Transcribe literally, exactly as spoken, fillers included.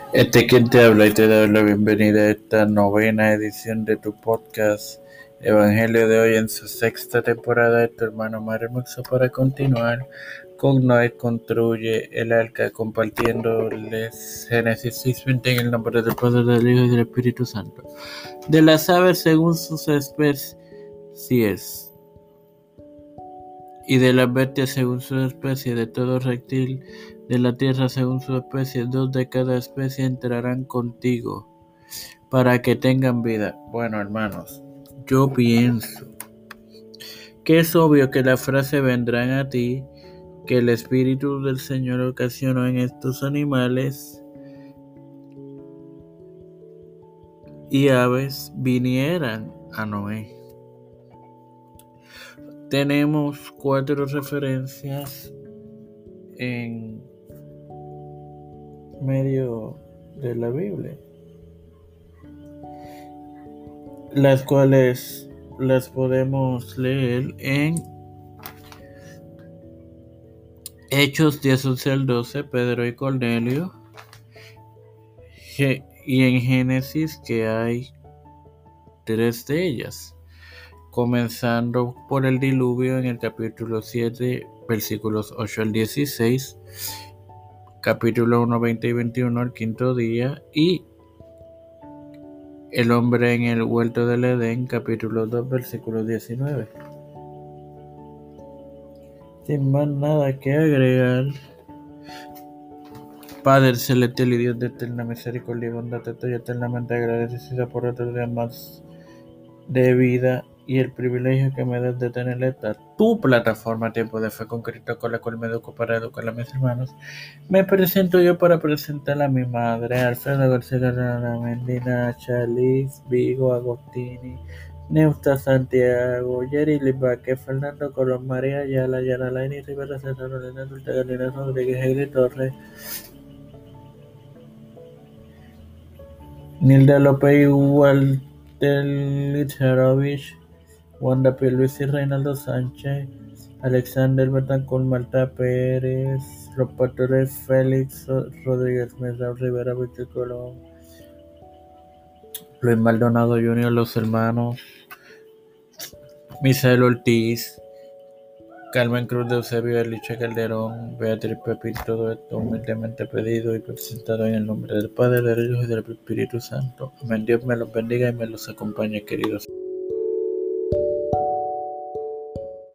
Este quien te habla y te doy la bienvenida a esta novena edición de tu podcast Evangelio de hoy en su sexta temporada de tu hermano Mario Muxo para continuar con Noé Construye el Arca compartiéndoles Génesis seis veinte en el nombre del Padre, del Hijo y del Espíritu Santo. De las aves según sus especies y de las bestias según su especie, de todo reptil de la tierra según su especie, dos de cada especie entrarán contigo, para que tengan vida. Bueno, hermanos, yo pienso que es obvio que la frase vendrán a ti, que el Espíritu del Señor ocasionó en estos animales y aves vinieran a Noé. Tenemos cuatro referencias en medio de la Biblia, las cuales las podemos leer en Hechos diez, once al doce, Pedro y Cornelio, y en Génesis, que hay tres de ellas, comenzando por el diluvio en el capítulo siete, versículos ocho al dieciséis, capítulo uno, veinte y veintiuno, al quinto día, y el hombre en el huerto del Edén, capítulo dos, versículo diecinueve. Sin más nada que agregar, Padre celestial y Dios de eterna misericordia y bondad, te estoy eternamente agradecido por otro día más de vida y el privilegio que me das de tener esta tu plataforma Tiempo de Fe con Cristo, con la cual me educo para educar a mis hermanos. Me presento yo para presentar a mi madre, Alfredo García Mendina, Chalis, Vigo, Agostini, Neusta Santiago, Jerry Libaque, Fernando Colón, María Ayala, Yana Laini, Rivera Serrano, Leonardo Galina Rodríguez, Egli Torres, Nilda López, Walter Licharovich, Wanda Pierluisi, Reinaldo Sánchez, Alexander Betancourt, Marta Pérez, los pastores Félix Rodríguez Mesa, Rivera Víctor Colón, Luis Maldonado junior, los hermanos Misael Ortiz, Carmen Cruz de Eusebio, Alicia Calderón, Beatriz Pepín, todo esto humildemente pedido y presentado en el nombre del Padre, del Hijo y del Espíritu Santo. Amén. Dios me los bendiga y me los acompañe, queridos.